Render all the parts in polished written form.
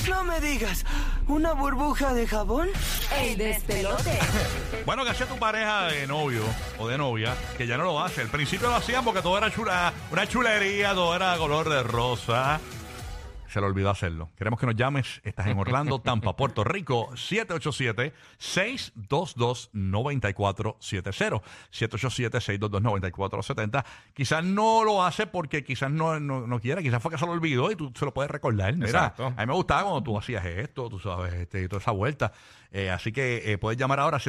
No me digas, ¿una burbuja de jabón? El despelote. Bueno, que hacía tu pareja de novio o de novia, que ya no lo hace. Al principio lo hacían porque todo era una chulería, todo era color de rosa. Se le olvidó hacerlo. Queremos que nos llames. Estás en Orlando, Tampa, Puerto Rico. 787-622-9470. 787-622-9470. Quizás no lo hace porque quizás no quiera. Quizás fue que se lo olvidó y tú se lo puedes recordar. Mira, Exacto. a mí me gustaba cuando tú hacías esto, tú sabes, y toda esa vuelta. Así que puedes llamar ahora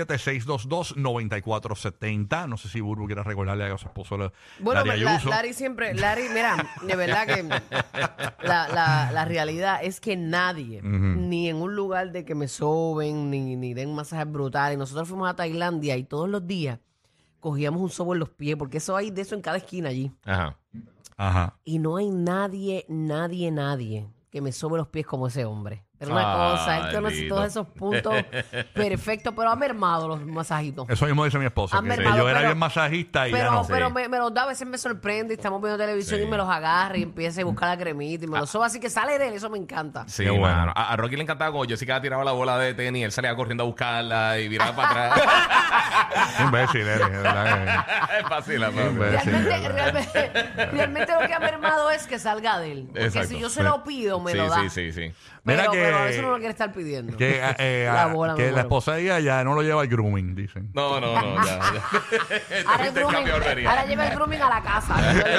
787-622-9470. No sé si Burbu quiere recordarle a su esposo Bueno, Larry Ayuso. Larry, mira, de verdad que la realidad es que nadie, ni en un lugar de que me soben, ni den masajes brutales. Nosotros fuimos a Tailandia y todos los días cogíamos un sobo en los pies, porque eso hay de eso en cada esquina allí. Ajá. Y no hay nadie que me sobe los pies como ese hombre. Pero una cosa, él conoce lindo. todos esos puntos perfectos, pero ha mermado los masajitos. Eso mismo dice mi esposa. Han Que mermado, yo era pero- bien masajista y ya no. Pero me los da, a veces me sorprende, estamos viendo televisión Sí. y me los agarra y empieza a buscar la cremita y me los soba, así que sale de él, eso me encanta. Sí, Qué bueno. mano. A Rocky le encantaba cuando Jessica tiraba la bola de tenis, él salía corriendo a buscarla y viraba para atrás. Imbécil eres, de verdad. Es fácil, ¿no? Imbécil. Realmente lo que ha mermado es que salga de él. Porque Exacto. si yo se lo pido, me Sí, lo da. sí. Mira Pero a veces no lo quiere estar pidiendo. Que, La bola, que me la muero. esposa de ella ya no lo lleva al grooming, dicen. No, ya. Ahora, el grooming, ahora lleva el grooming a la casa.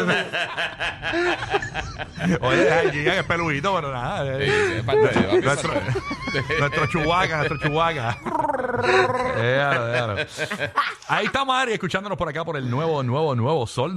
Oye, ay, Giga, que es peludito, pero nada. Nuestro chubaca. Déjalo. Ahí está Mari escuchándonos por acá por el nuevo Sol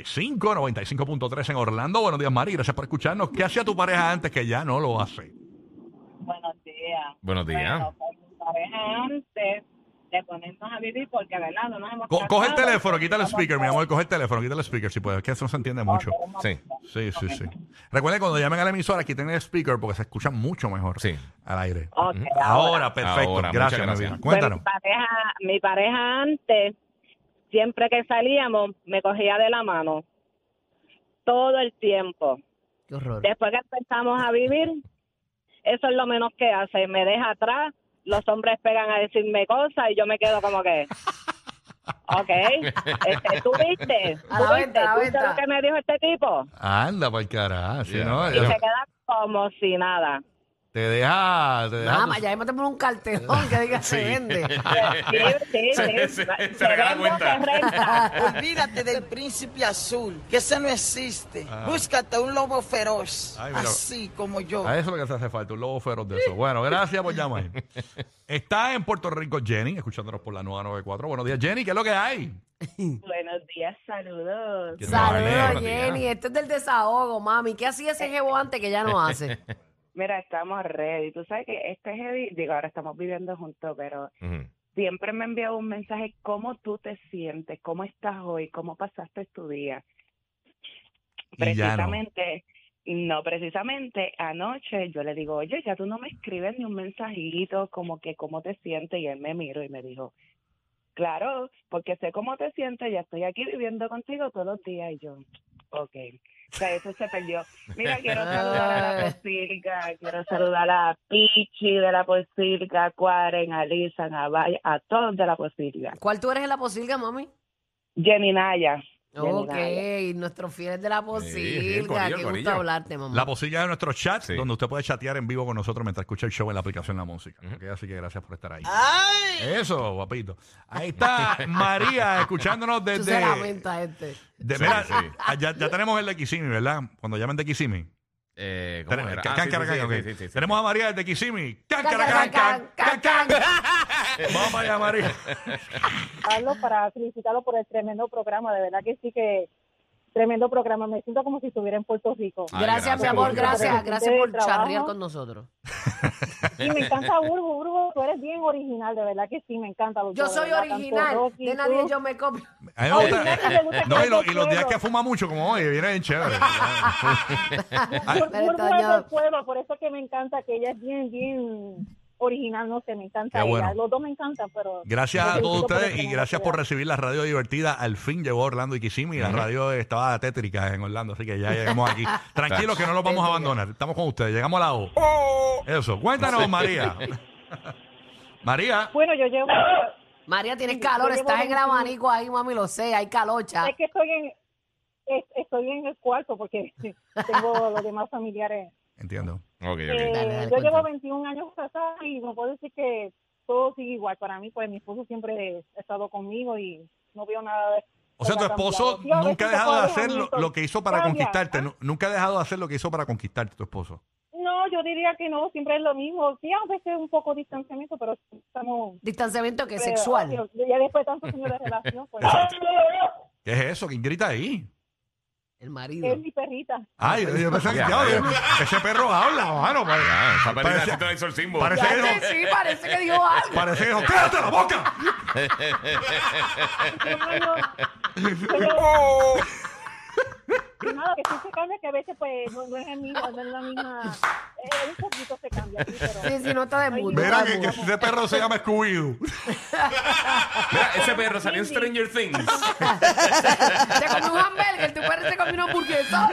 95.3 en Orlando. Buenos días, Mari. Gracias por escucharnos. ¿Qué hacía tu pareja antes que ya no lo hace? Buenos días. Buenos días. Bueno, pues mi pareja antes de ponernos a vivir, porque verdad no nos hemos Coge el casado. teléfono, quita el speaker, mi amor. Coge el teléfono, quita el speaker si puedes. Es que eso no se entiende mucho. Sí. Sí. Recuerden cuando llamen a la emisora, quiten el speaker porque se escucha mucho mejor Sí. al aire. Ok, Ahora, perfecto. Ahora, gracias, muchas mi vida. gracias. Cuéntanos. Pues mi pareja antes, siempre que salíamos, me cogía de la mano. Todo el tiempo. Qué horror. Después que empezamos a vivir, eso es lo menos que hace. Me deja atrás, los hombres pegan a decirme cosas y yo me quedo como que... Ok, ¿tú viste? A la venta. ¿Tú viste lo que me dijo este tipo? Anda, por carajo. Si Yeah. no, Y se queda como si nada. te deja. Nada más, ya me te poner un cartelón que diga se vende. Sí. Se regala cuenta. Se renta. Olvídate del príncipe azul, que ese no existe. Búscate un lobo feroz, Ay, mira. así como yo. A eso es lo que te hace falta, un lobo feroz de eso. Bueno, gracias por llamar. Está en Puerto Rico Jenny, escuchándonos por la nueva 94. Buenos días, Jenny, ¿qué es lo que hay? Buenos días, saludos. ¿Qué tal? Saludos, Buenos días. Jenny. Esto es del desahogo, mami. ¿Qué hacía ese jevo antes que ya no hace? Mira, estamos ready. Tú sabes que este heavy, digo, ahora estamos viviendo juntos, pero Ujú. siempre me envía un mensaje, ¿cómo tú te sientes? ¿Cómo estás hoy? ¿Cómo pasaste tu día? Y ya no. Precisamente anoche yo le digo, oye, ya tú no me escribes ni un mensajito como que cómo te sientes, y él me miró y me dijo, claro, porque sé cómo te sientes, ya estoy aquí viviendo contigo todos los días, y yo, ok. O sea, eso se perdió. Mira, quiero saludar a la Posilga, quiero saludar a Pichi de la Posilga, a Cuaren, a Lisa, a Vaya, a todos de la Posilga. ¿Cuál tú eres en la posilga, mami? Jenny Naya. Ok, nuestros fieles de la Sí, posilga. el corillo, Qué el gusto corillo. hablarte, mamá. La posibilidad de nuestro chat, Sí. donde usted puede chatear en vivo con nosotros mientras escucha el show en la aplicación La Música. Ok, así que gracias por estar ahí. ¡Ay! Eso, guapito. Ahí está María escuchándonos Tú se desde... lamenta este. Mira, Sí. ya tenemos el de Kissimmee, ¿verdad? Cuando llamen de Kissimmee. ¿Cómo era? Sí. Tenemos a María desde Kissimmee. ¡Can, can, Can, can, can, can, can! Vamos allá, María. Carlos, para felicitarlo por el tremendo programa, de verdad que sí que tremendo programa, me siento como si estuviera en Puerto Rico. Ay, Gracias, mi gracias, amor, Burbu. gracias por Trabajo. charrear con nosotros. Y me encanta Burbu, tú eres bien original, de verdad que sí, me encanta. Yo soy original, de nadie yo me copio. A mí me gusta. No, y los días que fuma mucho, como hoy, viene bien chévere. Pero Burbu está es dañado. del pueblo, por eso que me encanta que ella es bien original, no sé, me encanta Qué ella. bueno. Los dos me encantan, pero... Gracias lo a todos felicito por ustedes y tener gracias esa por edad. recibir la radio divertida. Al fin llegó Orlando y Kissimmee. La radio estaba tétrica en Orlando, así que ya llegamos aquí. Tranquilos que no los vamos a abandonar. Estamos con ustedes. Llegamos a la O. Eso. Cuéntanos, María. María. Bueno, yo llevo... María, tienes Sí, calor, yo llevo estás en el 21. abanico ahí, mami, lo sé, hay calocha. Es que estoy en el cuarto porque tengo los demás familiares. Entiendo. Ok. Dale, Yo cuéntame. llevo 21 años casada y no puedo decir que todo sigue igual. Para mí, pues mi esposo siempre ha estado conmigo y no veo nada de... O sea, tu esposo Sí, a veces nunca ha se dejado de puede hacer bonito. lo que hizo para Cambia, conquistarte. ¿ah? Nunca ha dejado de hacer lo que hizo para conquistarte, tu esposo. No, yo diría que no, siempre es lo mismo. Sí, a veces un poco distanciamiento, pero estamos... Distanciamiento que Pero, sexual. obvio, ya después de tantos años de relación, pues... ¿Qué es eso? ¿Quién grita ahí? El marido. Es mi perrita. Ay, yo pensé que Ya, diablo, ese perro habla, mano. Esa Parece- película de exorcismo. parece- Parece, sí, parece que dijo algo. Parece que dijo, ¡cállate la boca! Y nada, que sí se cambia, que a veces pues no es el mismo, no es la misma... un poquito se cambia, sí, pero... Sí, sí, no está de mundo. Mira está de que mundo. ese perro se llama Scooby-Doo. Mira, ese perro salió en Stranger Things. Se comió un hamburger, tu perro se comió una hamburguesa.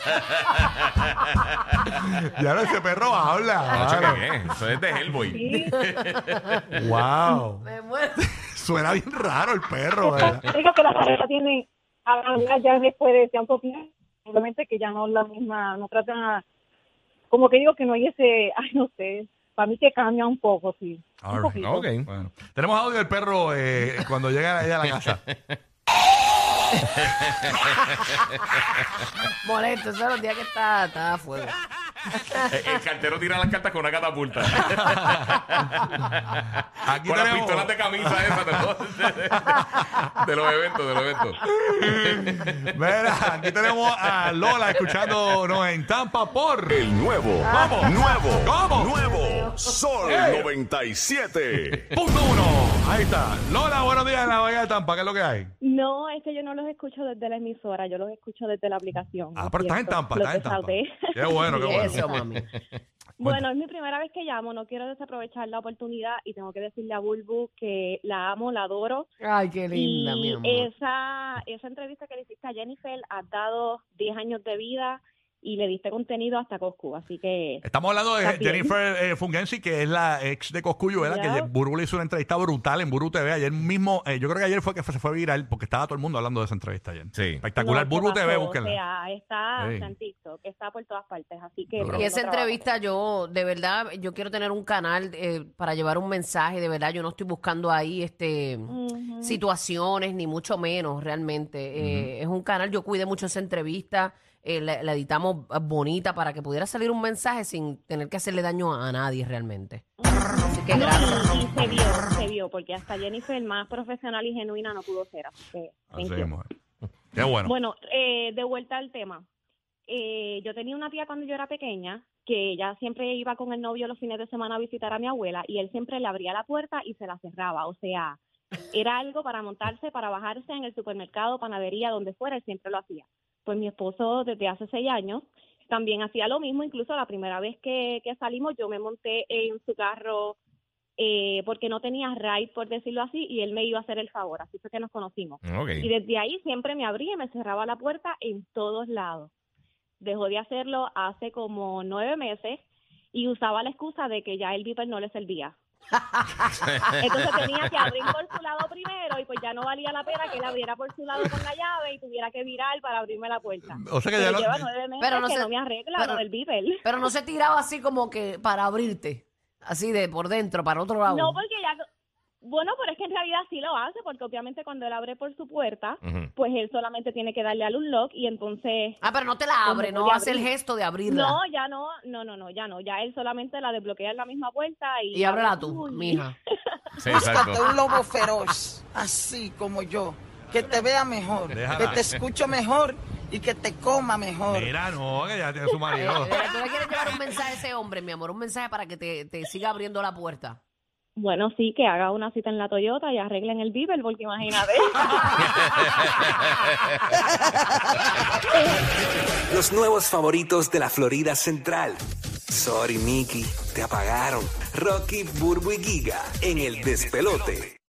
Ya no, ese perro habla. Macho, mano. ¿qué es? Eso es de Hellboy. Sí, Wow. Me muero. Suena bien raro el perro, ¿verdad? digo que la pareja tiene a hablar ya después de tanto tiempo, obviamente que ya no es la misma, no tratan a... Como que digo que no hay ese... Ay, no sé, para mí que cambia un poco, sí. All Un right. poquito. Ok. Bueno, tenemos audio del perro cuando llega ella a la casa. Molesto, esos son los días que está a fuego. El cartero tira las cartas con una catapulta. Aquí Con las tenemos... pistolas de camisa esa de los eventos. Mira, aquí tenemos a Lola escuchándonos en Tampa por... El nuevo, nuevo Sol 97. Punto 1. Ahí está. Lola, buenos días en la Bahía de Tampa. ¿Qué es lo que hay? No, es que yo no los escucho desde la emisora, yo los escucho desde la aplicación. Ah, lo pero estás en siento, Tampa, lo estás en que Tampa. salté. Qué bueno, qué bueno. Eso, mami. Bueno, es mi primera vez que llamo, no quiero desaprovechar la oportunidad y tengo que decirle a Bulbu que la amo, la adoro. Ay, qué linda, mi Y amor. esa entrevista que le hiciste a Jennifer, has dado 10 años de vida y le diste contenido hasta Coscu, así que... Estamos hablando de Está bien. Jennifer Fungensi, que es la ex de Coscullo, ¿verdad? Ya. Que Buru le hizo una entrevista brutal en Buru TV. Ayer mismo, yo creo que ayer fue que se fue viral porque estaba todo el mundo hablando de esa entrevista ayer. Sí. Espectacular. No, Buru ¿qué TV, pasó? búsquenla. O sea, está Sí. en TikTok, está por todas partes, así que... Duro. pronto Y esa trabajo. entrevista yo, de verdad, yo quiero tener un canal para llevar un mensaje, de verdad, yo no estoy buscando ahí Ujú. situaciones, ni mucho menos realmente. Es un canal, yo cuidé mucho esa entrevista, la editamos bonita para que pudiera salir un mensaje sin tener que hacerle daño a nadie realmente. Así que No, gracias. y se vio, porque hasta Jennifer más profesional y genuina no pudo ser, así que... Así thank you. mismo. Qué bueno. Bueno, de vuelta al tema. Yo tenía una tía cuando yo era pequeña que ella siempre iba con el novio los fines de semana a visitar a mi abuela y él siempre le abría la puerta y se la cerraba. O sea, era algo para montarse, para bajarse en el supermercado, panadería, donde fuera, él siempre lo hacía. Pues mi esposo desde hace 6 años también hacía lo mismo. Incluso la primera vez que salimos yo me monté en su carro porque no tenía ride, por decirlo así, y él me iba a hacer el favor. Así fue que nos conocimos. Ok. Y desde ahí siempre me abría y me cerraba la puerta en todos lados. Dejó de hacerlo hace como 9 meses y usaba la excusa de que ya el beeper no le servía. Entonces tenía que abrir por su lado primero y pues ya no valía la pena que él abriera por su lado con la llave y tuviera que virar para abrirme la puerta. O sea que Pero ya lleva lo... 9 meses Pero no que se- no me arregla pero- lo del beeper. Pero no se tiraba así como que para abrirte, así de por dentro, para otro lado. No, porque ya... Bueno, pero es que en realidad sí lo hace, porque obviamente cuando él abre por su puerta, Ujú. pues él solamente tiene que darle al unlock y entonces... Ah, pero no te la abre, ¿Cómo no voy a hace el abrir? gesto de abrirla. No, ya no, ya no, ya él solamente la desbloquea en la misma puerta y... Y ábrela tú, Uy. mija. Sí, Búscate exacto. un lobo feroz, así como yo, que te vea mejor, Déjala. que te escuche mejor y que te coma mejor. Mira, no, que ya tiene su marido. ¿Tú le quieres llevar un mensaje a ese hombre, mi amor? Un mensaje para que te siga abriendo la puerta. Bueno, sí, que haga una cita en la Toyota y arreglen el beeper, porque imagínate. Los nuevos favoritos de la Florida Central. Sorry, Mickey, te apagaron. Rocky, Burbu y Giga en el despelote.